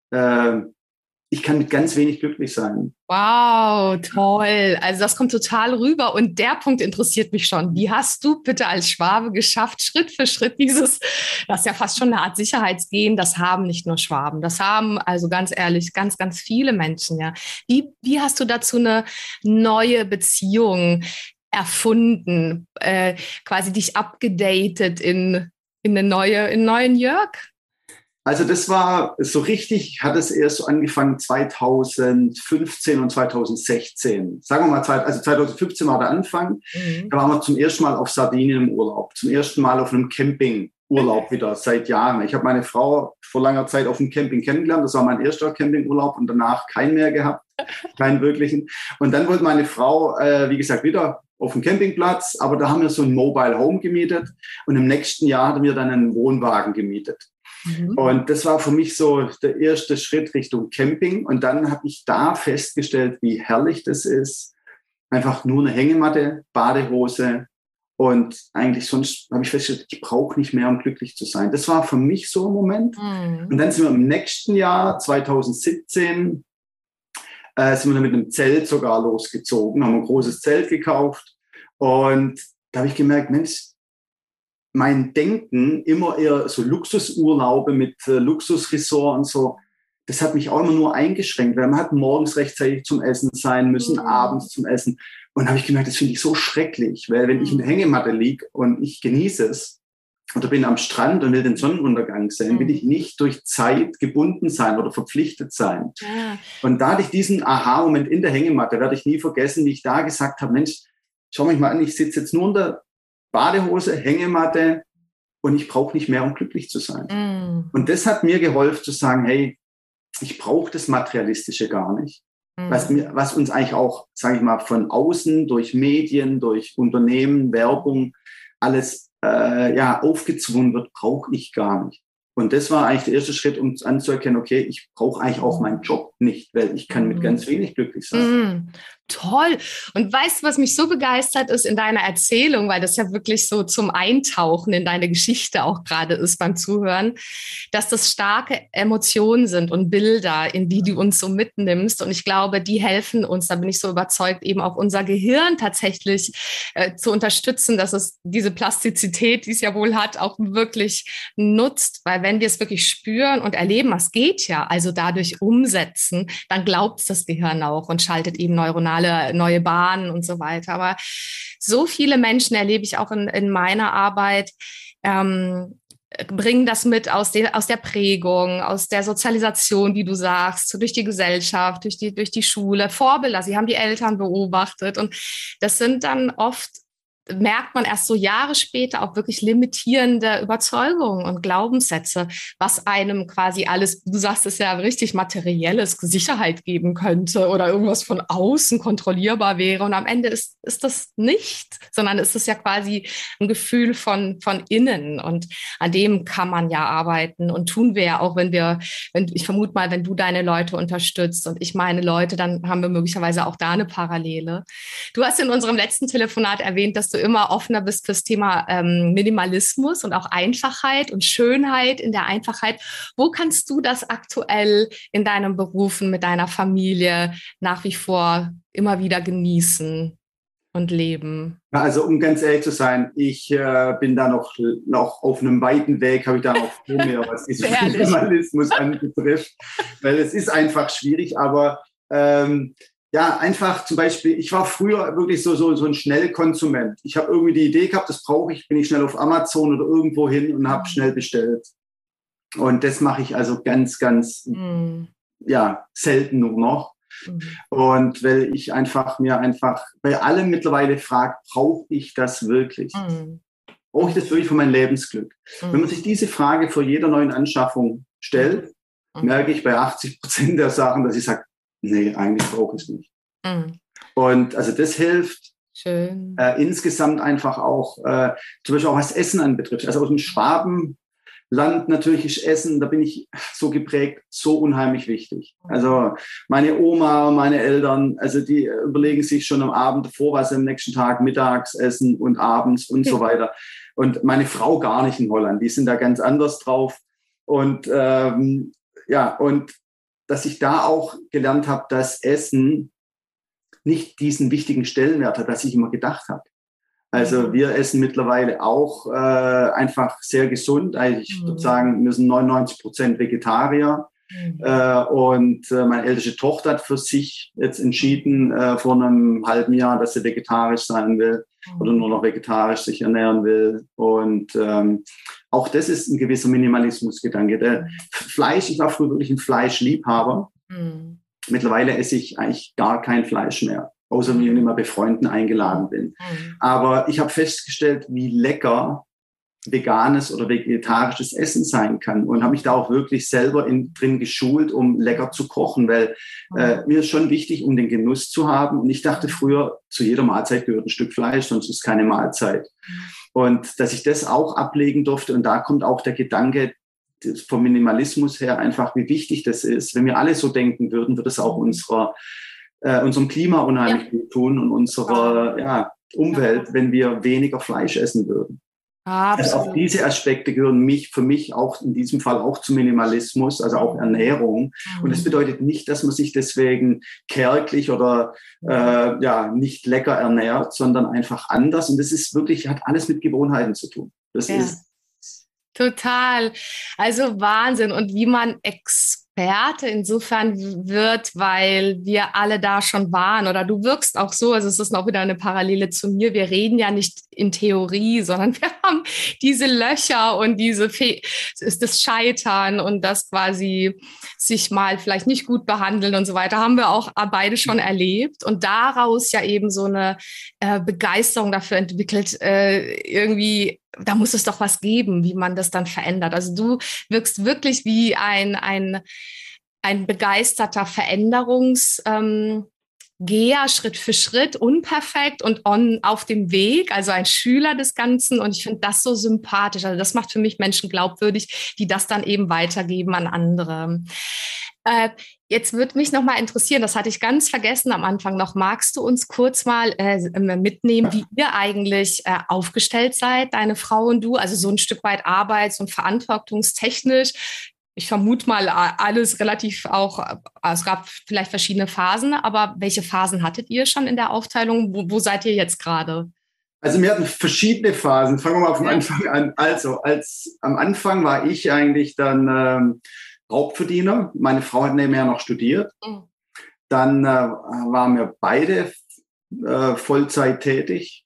äh, ich kann mit ganz wenig glücklich sein. Wow, toll. Also das kommt total rüber. Und der Punkt interessiert mich schon. Wie hast du bitte als Schwabe geschafft, Schritt für Schritt dieses, das ist ja fast schon eine Art Sicherheitsgehen, das haben nicht nur Schwaben. Das haben, also ganz ehrlich, ganz, ganz viele Menschen. Ja. Wie, wie hast du dazu eine neue Beziehung erfunden, äh, quasi dich abgedatet in, in eine neue, in einen neuen Jörg? Also das war so richtig, hat es erst so angefangen zweitausendfünfzehn und zweitausendsechzehn. Sagen wir mal, also zweitausendfünfzehn war der Anfang. Mhm. Da waren wir zum ersten Mal auf Sardinien im Urlaub. Zum ersten Mal auf einem Campingurlaub wieder seit Jahren. Ich habe meine Frau vor langer Zeit auf dem Camping kennengelernt. Das war mein erster Campingurlaub und danach keinen mehr gehabt. Keinen wirklichen. Und dann wollte meine Frau, äh, wie gesagt, wieder auf dem Campingplatz. Aber da haben wir so ein Mobile Home gemietet. Und im nächsten Jahr hatten wir dann einen Wohnwagen gemietet. Mhm. Und das war für mich so der erste Schritt Richtung Camping. Und dann habe ich da festgestellt, wie herrlich das ist. Einfach nur eine Hängematte, Badehose. Und eigentlich sonst habe ich festgestellt, ich brauche nicht mehr, um glücklich zu sein. Das war für mich so ein Moment. Mhm. Und dann sind wir im nächsten Jahr, zweitausendsiebzehn, äh, sind wir dann mit einem Zelt sogar losgezogen, haben ein großes Zelt gekauft. Und da habe ich gemerkt, Mensch, mein Denken, immer eher so Luxusurlaube mit äh, Luxusresort und so, das hat mich auch immer nur eingeschränkt, weil man hat morgens rechtzeitig zum Essen sein müssen, mhm. abends zum Essen. Und da habe ich gemerkt, das finde ich so schrecklich, weil wenn ich in der Hängematte liege und ich genieße es oder bin am Strand und will den Sonnenuntergang sehen, mhm. will ich nicht durch Zeit gebunden sein oder verpflichtet sein. Ja. Und da hatte ich diesen Aha-Moment in der Hängematte, werde ich nie vergessen, wie ich da gesagt habe, Mensch, schau mich mal an, ich sitze jetzt nur in der Badehose, Hängematte und ich brauche nicht mehr, um glücklich zu sein. Mhm. Und das hat mir geholfen zu sagen, hey, ich brauche das Materialistische gar nicht. Mhm. Was, mir, was uns eigentlich auch, sage ich mal, von außen, durch Medien, durch Unternehmen, Werbung, alles äh, ja, aufgezwungen wird, brauche ich gar nicht. Und das war eigentlich der erste Schritt, um anzuerkennen, okay, ich brauche eigentlich auch meinen Job nicht, weil ich kann mit ganz wenig glücklich sein. Mm, toll. Und weißt du, was mich so begeistert ist in deiner Erzählung, weil das ja wirklich so zum Eintauchen in deine Geschichte auch gerade ist beim Zuhören, dass das starke Emotionen sind und Bilder, in die du uns so mitnimmst. Und ich glaube, die helfen uns, da bin ich so überzeugt, eben auch unser Gehirn tatsächlich äh, zu unterstützen, dass es diese Plastizität, die es ja wohl hat, auch wirklich nutzt, weil wenn wir es wirklich spüren und erleben, was geht ja, also dadurch umsetzen, dann glaubt es das Gehirn auch und schaltet eben neuronale neue Bahnen und so weiter. Aber so viele Menschen erlebe ich auch in, in meiner Arbeit, ähm, bringen das mit aus, den, aus der Prägung, aus der Sozialisation, wie du sagst, so durch die Gesellschaft, durch die, durch die Schule, Vorbilder. Sie haben die Eltern beobachtet und das sind dann oft, merkt man erst so Jahre später auch wirklich limitierende Überzeugungen und Glaubenssätze, was einem quasi alles, du sagst es ja richtig, materielles Sicherheit geben könnte oder irgendwas von außen kontrollierbar wäre. Und am Ende ist, ist das nicht, sondern ist es ja quasi ein Gefühl von, von innen. Und an dem kann man ja arbeiten und tun wir ja auch, wenn wir, wenn, ich vermute mal, wenn du deine Leute unterstützt und ich meine Leute, dann haben wir möglicherweise auch da eine Parallele. Du hast in unserem letzten Telefonat erwähnt, dass du immer offener bist fürs Thema ähm, Minimalismus und auch Einfachheit und Schönheit in der Einfachheit. Wo kannst du das aktuell in deinem Berufen mit deiner Familie nach wie vor immer wieder genießen und leben? Also um ganz ehrlich zu sein, ich äh, bin da noch, noch auf einem weiten Weg, habe ich da noch vor mir, was diesen Minimalismus anbetrifft, weil es ist einfach schwierig, aber ähm, ja, einfach zum Beispiel, ich war früher wirklich so, so, so ein Schnellkonsument. Ich habe irgendwie die Idee gehabt, das brauche ich, bin ich schnell auf Amazon oder irgendwo hin und habe schnell bestellt. Und das mache ich also ganz, ganz, mm. ja, selten nur noch. Mm. Und weil ich einfach mir einfach bei allem mittlerweile frage, brauche ich das wirklich? Mm. Brauche ich das wirklich für mein Lebensglück? Mm. Wenn man sich diese Frage vor jeder neuen Anschaffung stellt, mm. merke ich bei achtzig Prozent der Sachen, dass ich sage, nee, eigentlich brauche ich es nicht. Mm. Und also das hilft Schön. Äh, insgesamt einfach auch, äh, zum Beispiel auch was Essen anbetrifft. Also aus dem Schwabenland natürlich ist Essen, da bin ich so geprägt, so unheimlich wichtig. Also meine Oma, meine Eltern, also die überlegen sich schon am Abend davor, was sie am nächsten Tag mittags essen und abends und so weiter. Und meine Frau gar nicht in Holland, die sind da ganz anders drauf. Und ähm, ja, und dass ich da auch gelernt habe, dass Essen nicht diesen wichtigen Stellenwert hat, was ich immer gedacht habe. Also wir essen mittlerweile auch äh, einfach sehr gesund. Also ich würde sagen, wir sind neunundneunzig Prozent Vegetarier. Mhm. Äh, und äh, meine älteste Tochter hat für sich jetzt entschieden, äh, vor einem halben Jahr, dass sie vegetarisch sein will mhm. oder nur noch vegetarisch sich ernähren will. Und ähm, auch das ist ein gewisser Minimalismusgedanke. Der Fleisch, ich war früher wirklich ein Fleischliebhaber. Mhm. Mittlerweile esse ich eigentlich gar kein Fleisch mehr, außer wenn ich immer bei Freunden eingeladen bin. Mhm. Aber ich habe festgestellt, wie lecker veganes oder vegetarisches Essen sein kann und habe mich da auch wirklich selber in, drin geschult, um lecker zu kochen, weil äh, mir ist schon wichtig, um den Genuss zu haben. Und ich dachte früher, zu jeder Mahlzeit gehört ein Stück Fleisch, sonst ist keine Mahlzeit. Und dass ich das auch ablegen durfte und da kommt auch der Gedanke vom Minimalismus her einfach, wie wichtig das ist. Wenn wir alle so denken würden, würde es auch unserer, äh, unserem Klima unheimlich ja. gut tun und unserer ja, Umwelt, ja. wenn wir weniger Fleisch essen würden. Also auch diese Aspekte gehören mich, für mich auch in diesem Fall auch zum Minimalismus, also auch Ernährung. Mhm. Und das bedeutet nicht, dass man sich deswegen kärglich oder äh, ja nicht lecker ernährt, sondern einfach anders. Und das ist wirklich, hat alles mit Gewohnheiten zu tun. Das ja. ist Total. Also Wahnsinn. Und wie man ex Experte insofern wird, weil wir alle da schon waren oder du wirkst auch so, also es ist noch wieder eine Parallele zu mir, wir reden ja nicht in Theorie, sondern wir haben diese Löcher und diese Fe- ist das Scheitern und das quasi sich mal vielleicht nicht gut behandeln und so weiter, haben wir auch beide schon erlebt und daraus ja eben so eine äh, Begeisterung dafür entwickelt, äh, irgendwie da muss es doch was geben, wie man das dann verändert. Also du wirkst wirklich wie ein, ein, ein begeisterter Veränderungs, ähm, Geher Schritt für Schritt, unperfekt und on, auf dem Weg, also ein Schüler des Ganzen. Und ich finde das so sympathisch. Also das macht für mich Menschen glaubwürdig, die das dann eben weitergeben an andere. Äh, jetzt würde mich noch mal interessieren, das hatte ich ganz vergessen am Anfang noch. Magst du uns kurz mal äh, mitnehmen, wie ihr eigentlich äh, aufgestellt seid, deine Frau und du? Also so ein Stück weit arbeits- und verantwortungstechnisch. Ich vermute mal alles relativ auch, es gab vielleicht verschiedene Phasen, aber welche Phasen hattet ihr schon in der Aufteilung? Wo, wo seid ihr jetzt gerade? Also wir hatten verschiedene Phasen. Fangen wir mal vom Anfang an. Also als am Anfang war ich eigentlich dann ähm, Hauptverdiener. Meine Frau hat nebenher noch studiert. Mhm. Dann äh, waren wir beide äh, Vollzeit tätig.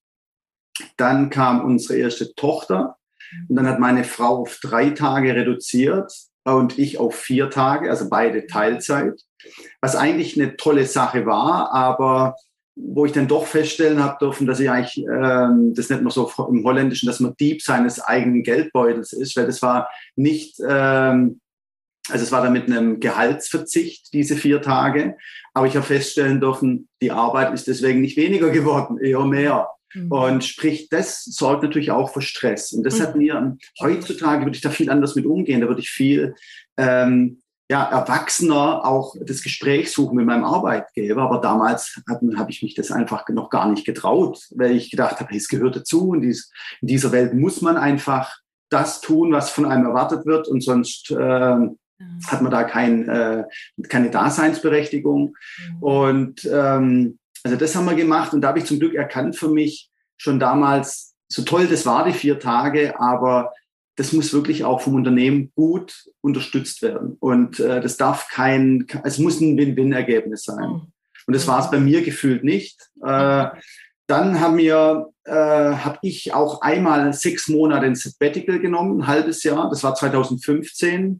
Dann kam unsere erste Tochter und dann hat meine Frau auf drei Tage reduziert und ich auf vier Tage, also beide Teilzeit, was eigentlich eine tolle Sache war, aber wo ich dann doch feststellen habe dürfen, dass ich eigentlich, ähm, das nennt man so im Holländischen, dass man Dieb seines eigenen Geldbeutels ist, weil das war nicht, ähm, also es war dann mit einem Gehaltsverzicht, diese vier Tage, aber ich habe feststellen dürfen, die Arbeit ist deswegen nicht weniger geworden, eher mehr. Mhm. Und sprich, das sorgt natürlich auch für Stress. Und das mhm. hat mir, heutzutage würde ich da viel anders mit umgehen, da würde ich viel ähm, ja, erwachsener auch das Gespräch suchen mit meinem Arbeitgeber. Aber damals habe ich mich das einfach noch gar nicht getraut, weil ich gedacht habe, hey, es gehört dazu. Und dies, in dieser Welt muss man einfach das tun, was von einem erwartet wird. Und sonst äh, mhm. hat man da kein, äh, keine Daseinsberechtigung. Mhm. Und ähm, also das haben wir gemacht. Und da habe ich zum Glück erkannt für mich schon damals, so toll das war, die vier Tage, aber das muss wirklich auch vom Unternehmen gut unterstützt werden. Und äh, das darf kein, es muss ein Win-Win-Ergebnis sein. Mhm. Und das war es bei mir gefühlt nicht. Äh, dann haben wir, äh, habe ich auch einmal sechs Monate ein Sabbatical genommen, ein halbes Jahr. Das war zwanzig fünfzehn.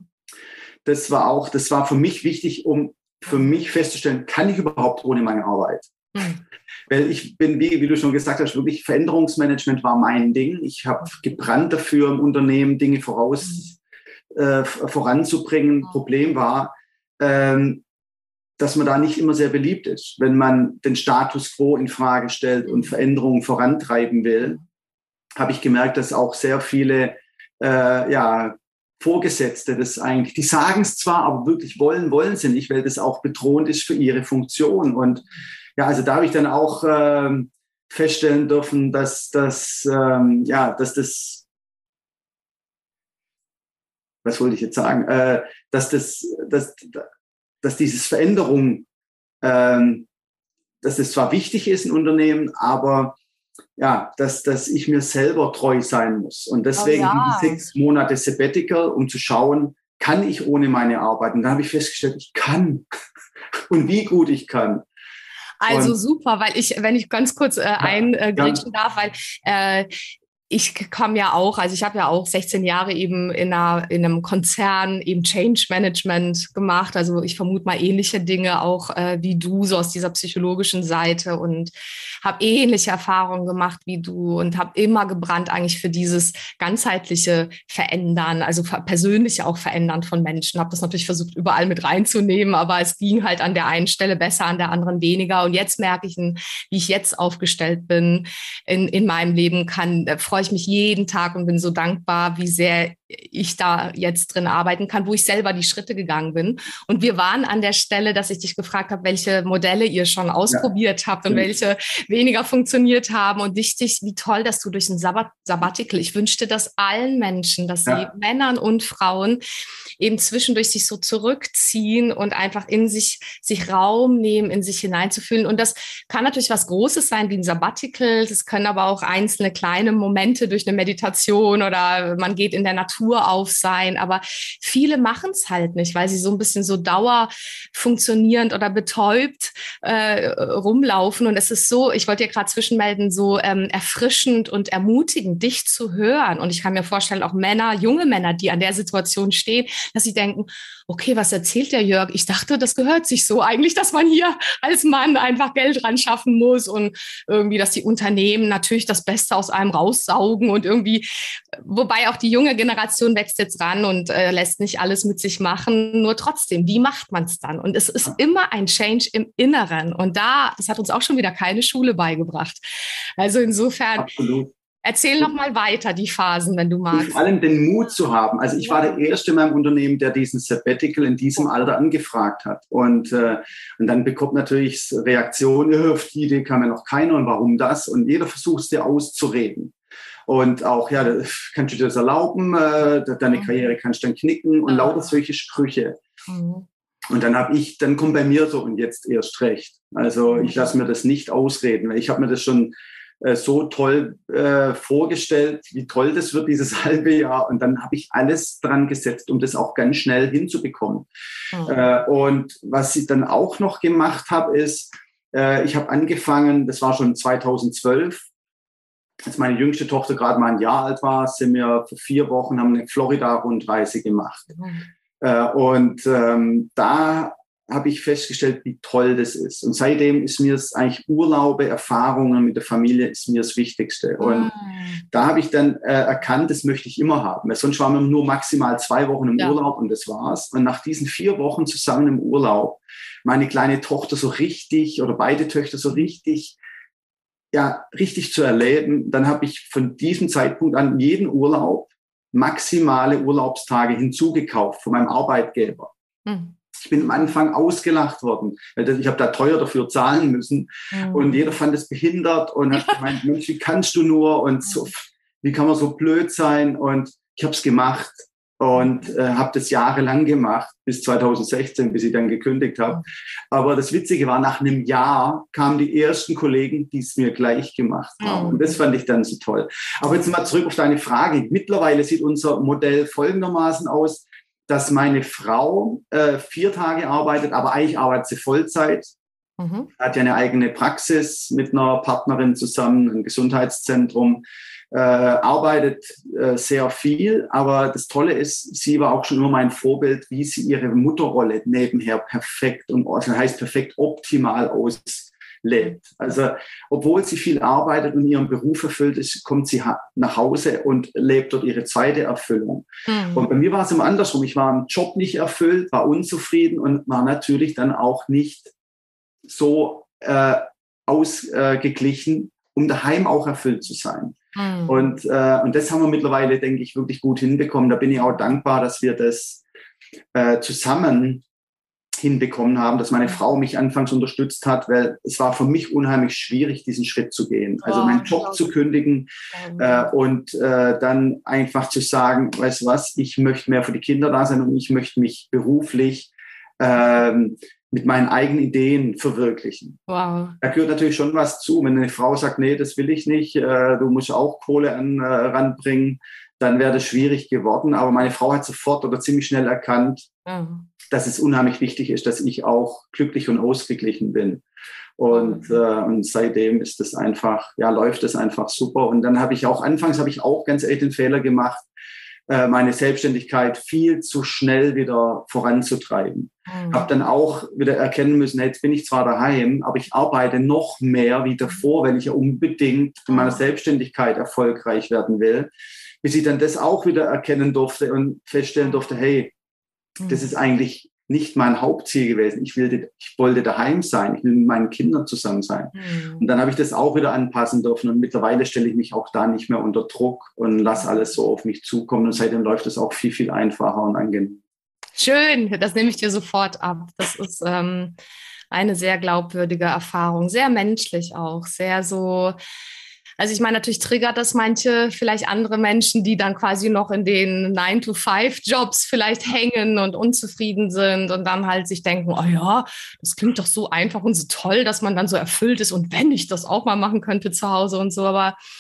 Das war auch, das war für mich wichtig, um für mich festzustellen, kann ich überhaupt ohne meine Arbeit? Mhm. Weil ich bin, wie, wie du schon gesagt hast, wirklich Veränderungsmanagement war mein Ding. Ich habe gebrannt dafür, im Unternehmen Dinge voraus, äh, voranzubringen. Problem war, ähm, dass man da nicht immer sehr beliebt ist, wenn man den Status quo in Frage stellt und Veränderungen vorantreiben will. Habe ich gemerkt, dass auch sehr viele äh, ja, Vorgesetzte das eigentlich, die sagen es zwar, aber wirklich wollen, wollen sie nicht, weil das auch bedrohend ist für ihre Funktion. Und ja, also da habe ich dann auch ähm, feststellen dürfen, dass, dass, ähm, ja, dass das, was wollte ich jetzt sagen, äh, dass, das, dass, dass dieses Veränderung, ähm, dass das zwar wichtig ist in Unternehmen, aber ja, dass, dass ich mir selber treu sein muss. Und deswegen oh ja. die sechs Monate Sabbatical, um zu schauen, kann ich ohne meine Arbeit? Und da habe ich festgestellt, ich kann. Und wie gut ich kann. Also und, super, weil ich, wenn ich ganz kurz äh, eingrätschen ja. darf, weil äh, ich komme ja auch, also ich habe ja auch sechzehn Jahre eben in, einer, in einem Konzern eben Change Management gemacht. Also ich vermute mal ähnliche Dinge auch äh, wie du, so aus dieser psychologischen Seite und habe ähnliche Erfahrungen gemacht wie du und habe immer gebrannt eigentlich für dieses ganzheitliche Verändern, also persönliche auch Verändern von Menschen. Habe das natürlich versucht, überall mit reinzunehmen, aber es ging halt an der einen Stelle besser, an der anderen weniger. Und jetzt merke ich, wie ich jetzt aufgestellt bin in, in meinem Leben, kann äh, freue ich mich jeden Tag und bin so dankbar, wie sehr ich da jetzt drin arbeiten kann, wo ich selber die Schritte gegangen bin. Und wir waren an der Stelle, dass ich dich gefragt habe, welche Modelle ihr schon ausprobiert ja. habt und welche weniger funktioniert haben. Und wichtig, wie toll, dass du durch ein Sabbat- Sabbatical, ich wünschte das allen Menschen, dass sie ja. Männern und Frauen eben zwischendurch sich so zurückziehen und einfach in sich, sich Raum nehmen, in sich hineinzufühlen. Und das kann natürlich was Großes sein, wie ein Sabbatical. Das können aber auch einzelne kleine Momente durch eine Meditation oder man geht in der Natur Natur auf sein. Aber viele machen es halt nicht, weil sie so ein bisschen so dauerfunktionierend oder betäubt äh, rumlaufen. Und es ist so, ich wollte dir gerade zwischenmelden, so ähm, erfrischend und ermutigend, dich zu hören. Und ich kann mir vorstellen, auch Männer, junge Männer, die an der Situation stehen, dass sie denken, okay, was erzählt der Jörg? Ich dachte, das gehört sich so eigentlich, dass man hier als Mann einfach Geld ran schaffen muss und irgendwie, dass die Unternehmen natürlich das Beste aus einem raussaugen und irgendwie, wobei auch die junge Generation wächst jetzt ran und äh, lässt nicht alles mit sich machen. Nur trotzdem, wie macht man es dann? Und es ist immer ein Change im Inneren. Und da, das hat uns auch schon wieder keine Schule beigebracht. Also insofern, absolut. Erzähl noch mal weiter die Phasen, wenn du magst. Vor allem den Mut zu haben. Also ich war der Erste in meinem Unternehmen, der diesen Sabbatical in diesem Alter angefragt hat. Und, äh, und dann bekommt natürlich Reaktionen, auf die Idee kam ja noch keiner und warum das? Und jeder versucht es dir auszureden. Und auch, ja, kannst du dir das erlauben? Äh, deine Karriere kannst du dann knicken und lauter solche Sprüche. Mhm. Und dann habe ich, dann kommt bei mir so, und jetzt erst recht. Also ich lasse mir das nicht ausreden, weil ich habe mir das schon so toll äh, vorgestellt, wie toll das wird, dieses halbe Jahr. Und dann habe ich alles dran gesetzt, um das auch ganz schnell hinzubekommen. Mhm. Äh, und was ich dann auch noch gemacht habe, ist, äh, ich habe angefangen, das war schon zweitausendzwölf, als meine jüngste Tochter gerade mal ein Jahr alt war, sind wir für vier Wochen, haben eine Florida-Rundreise gemacht. Mhm. Äh, und ähm, da habe ich festgestellt, wie toll das ist. Und seitdem ist mir es eigentlich Urlaube, Erfahrungen mit der Familie ist mir das Wichtigste. Und mm. da habe ich dann äh, erkannt, das möchte ich immer haben. Weil sonst waren wir nur maximal zwei Wochen im ja. Urlaub und das war's. Und nach diesen vier Wochen zusammen im Urlaub, meine kleine Tochter so richtig oder beide Töchter so richtig, ja, richtig zu erleben, dann habe ich von diesem Zeitpunkt an jeden Urlaub maximale Urlaubstage hinzugekauft von meinem Arbeitgeber. Mm. Ich bin am Anfang ausgelacht worden. Ich habe da teuer dafür zahlen müssen. Mhm. Und jeder fand es behindert und hat gemeint, Mensch, wie kannst du nur? Und so, wie kann man so blöd sein? Und ich habe es gemacht und äh, habe das jahrelang gemacht, bis zweitausendsechzehn, bis ich dann gekündigt habe. Mhm. Aber das Witzige war, nach einem Jahr kamen die ersten Kollegen, die es mir gleich gemacht haben. Mhm. Und das fand ich dann so toll. Aber jetzt mal zurück auf deine Frage. Mittlerweile sieht unser Modell folgendermaßen aus, dass meine Frau äh, vier Tage arbeitet, aber eigentlich arbeitet sie Vollzeit. Mhm. Hat ja eine eigene Praxis mit einer Partnerin zusammen, ein Gesundheitszentrum, äh, arbeitet äh, sehr viel. Aber das Tolle ist, sie war auch schon immer mein Vorbild, wie sie ihre Mutterrolle nebenher perfekt und also heißt perfekt optimal auslebt. Also obwohl sie viel arbeitet und ihren Beruf erfüllt ist, kommt sie ha- nach Hause und lebt dort ihre zweite Erfüllung. Mhm. Und bei mir war es immer andersrum. Ich war im Job nicht erfüllt, war unzufrieden und war natürlich dann auch nicht so äh, ausgeglichen, um daheim auch erfüllt zu sein. Mhm. Und, äh, und das haben wir mittlerweile, denke ich, wirklich gut hinbekommen. Da bin ich auch dankbar, dass wir das äh, zusammen hinbekommen haben, dass meine Frau mich anfangs unterstützt hat, weil es war für mich unheimlich schwierig, diesen Schritt zu gehen. Also meinen Job zu kündigen äh, und äh, dann einfach zu sagen, weißt du was, ich möchte mehr für die Kinder da sein und ich möchte mich beruflich ähm, mit meinen eigenen Ideen verwirklichen. Wow. Da gehört natürlich schon was zu. Wenn eine Frau sagt, nee, das will ich nicht, äh, du musst auch Kohle an, äh, ranbringen, dann wäre das schwierig geworden. Aber meine Frau hat sofort oder ziemlich schnell erkannt, mhm. dass es unheimlich wichtig ist, dass ich auch glücklich und ausgeglichen bin. Und, mhm. äh, und seitdem ist es einfach, ja, läuft es einfach super. Und dann habe ich auch, anfangs habe ich auch ganz ehrlich den Fehler gemacht, äh, meine Selbstständigkeit viel zu schnell wieder voranzutreiben. Mhm. Habe dann auch wieder erkennen müssen, jetzt bin ich zwar daheim, aber ich arbeite noch mehr wie davor, wenn ich ja unbedingt in meiner Selbstständigkeit erfolgreich werden will. Bis ich dann das auch wieder erkennen durfte und feststellen durfte, hey, das ist eigentlich nicht mein Hauptziel gewesen. Ich, will, ich wollte daheim sein. Ich will mit meinen Kindern zusammen sein. Mhm. Und dann habe ich das auch wieder anpassen dürfen. Und mittlerweile stelle ich mich auch da nicht mehr unter Druck und lasse alles so auf mich zukommen. Und seitdem läuft es auch viel, viel einfacher und angenehm. Schön, das nehme ich dir sofort ab. Das ist ähm, eine sehr glaubwürdige Erfahrung. Sehr menschlich auch. Sehr so... Also ich meine, natürlich triggert das manche, vielleicht andere Menschen, die dann quasi noch in den nine to five Jobs vielleicht hängen und unzufrieden sind und dann halt sich denken, oh ja, das klingt doch so einfach und so toll, dass man dann so erfüllt ist und wenn ich das auch mal machen könnte zu Hause und so. Aber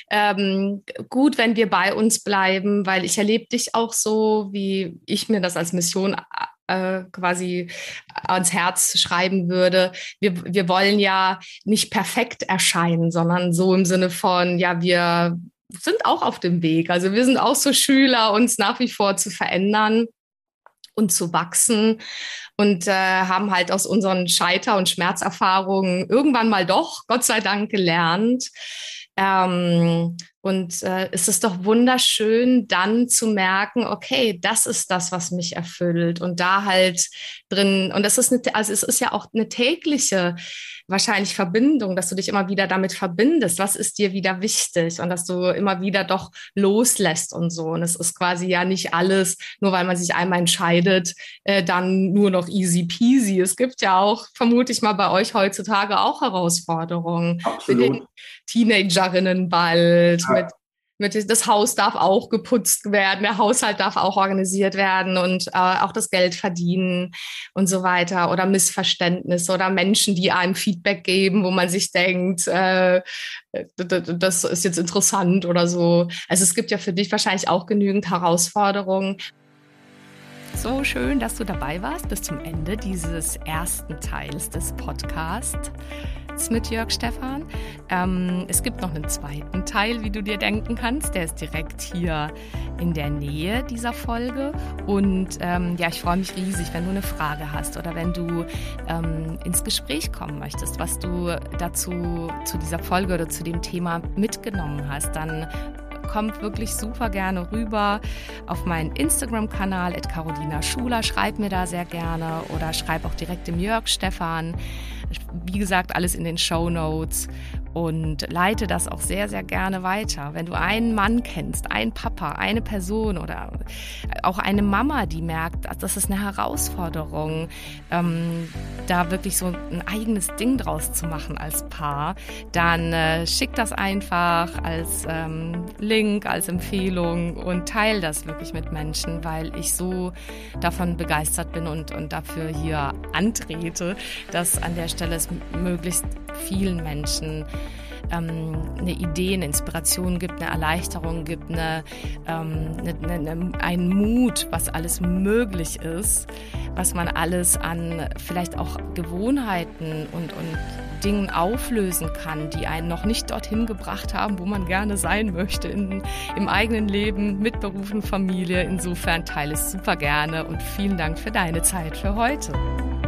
ähm, gut, wenn wir bei uns bleiben, weil ich erlebe dich auch so, wie ich mir das als Mission äh, quasi ans Herz schreiben würde. Wir, wir wollen ja nicht perfekt erscheinen, sondern so im Sinne von, ja, wir sind auch auf dem Weg. Also wir sind auch so Schüler, uns nach wie vor zu verändern und zu wachsen und äh, haben halt aus unseren Scheiter- und Schmerzerfahrungen irgendwann mal doch, Gott sei Dank, gelernt. Ähm, und äh, es ist doch wunderschön, dann zu merken, okay, das ist das, was mich erfüllt. Und da halt drin, und das ist eine, also es ist ja auch eine tägliche wahrscheinlich Verbindung, dass du dich immer wieder damit verbindest, was ist dir wieder wichtig und dass du immer wieder doch loslässt und so. Und es ist quasi ja nicht alles, nur weil man sich einmal entscheidet, äh, dann nur noch easy peasy. Es gibt ja auch, vermute ich mal, bei euch heutzutage auch Herausforderungen. Absolut. Mit den Teenagerinnen bald, Ja. mit Mit, das Haus darf auch geputzt werden, der Haushalt darf auch organisiert werden und äh, auch das Geld verdienen und so weiter. Oder Missverständnisse oder Menschen, die einem Feedback geben, wo man sich denkt, äh, das ist jetzt interessant oder so. Also es gibt ja für dich wahrscheinlich auch genügend Herausforderungen. So schön, dass du dabei warst bis zum Ende dieses ersten Teils des Podcasts mit Jörg Stephan. Ähm, es gibt noch einen zweiten Teil, wie du dir denken kannst. Der ist direkt hier in der Nähe dieser Folge. Und ähm, ja, ich freue mich riesig, wenn du eine Frage hast oder wenn du ähm, ins Gespräch kommen möchtest, was du dazu zu dieser Folge oder zu dem Thema mitgenommen hast. Dann kommt wirklich super gerne rüber auf meinen Instagram-Kanal at Carolina Schuler. Schreib mir da sehr gerne oder schreib auch direkt dem Jörg Stephan. Wie gesagt, alles in den Shownotes und leite das auch sehr, sehr gerne weiter. Wenn du einen Mann kennst, einen Papa, eine Person oder auch eine Mama, die merkt, das ist eine Herausforderung, ähm, da wirklich so ein eigenes Ding draus zu machen als Paar, dann äh, schick das einfach als ähm, Link, als Empfehlung und teile das wirklich mit Menschen, weil ich so davon begeistert bin und, und dafür hier antrete, dass an der Stelle es möglichst vielen Menschen ähm, eine Idee, eine Inspiration gibt, eine Erleichterung gibt, eine, ähm, eine, eine, einen Mut, was alles möglich ist, was man alles an vielleicht auch Gewohnheiten und, und Dingen auflösen kann, die einen noch nicht dorthin gebracht haben, wo man gerne sein möchte in, im eigenen Leben, mit Beruf und Familie. Insofern teile es super gerne und vielen Dank für deine Zeit für heute.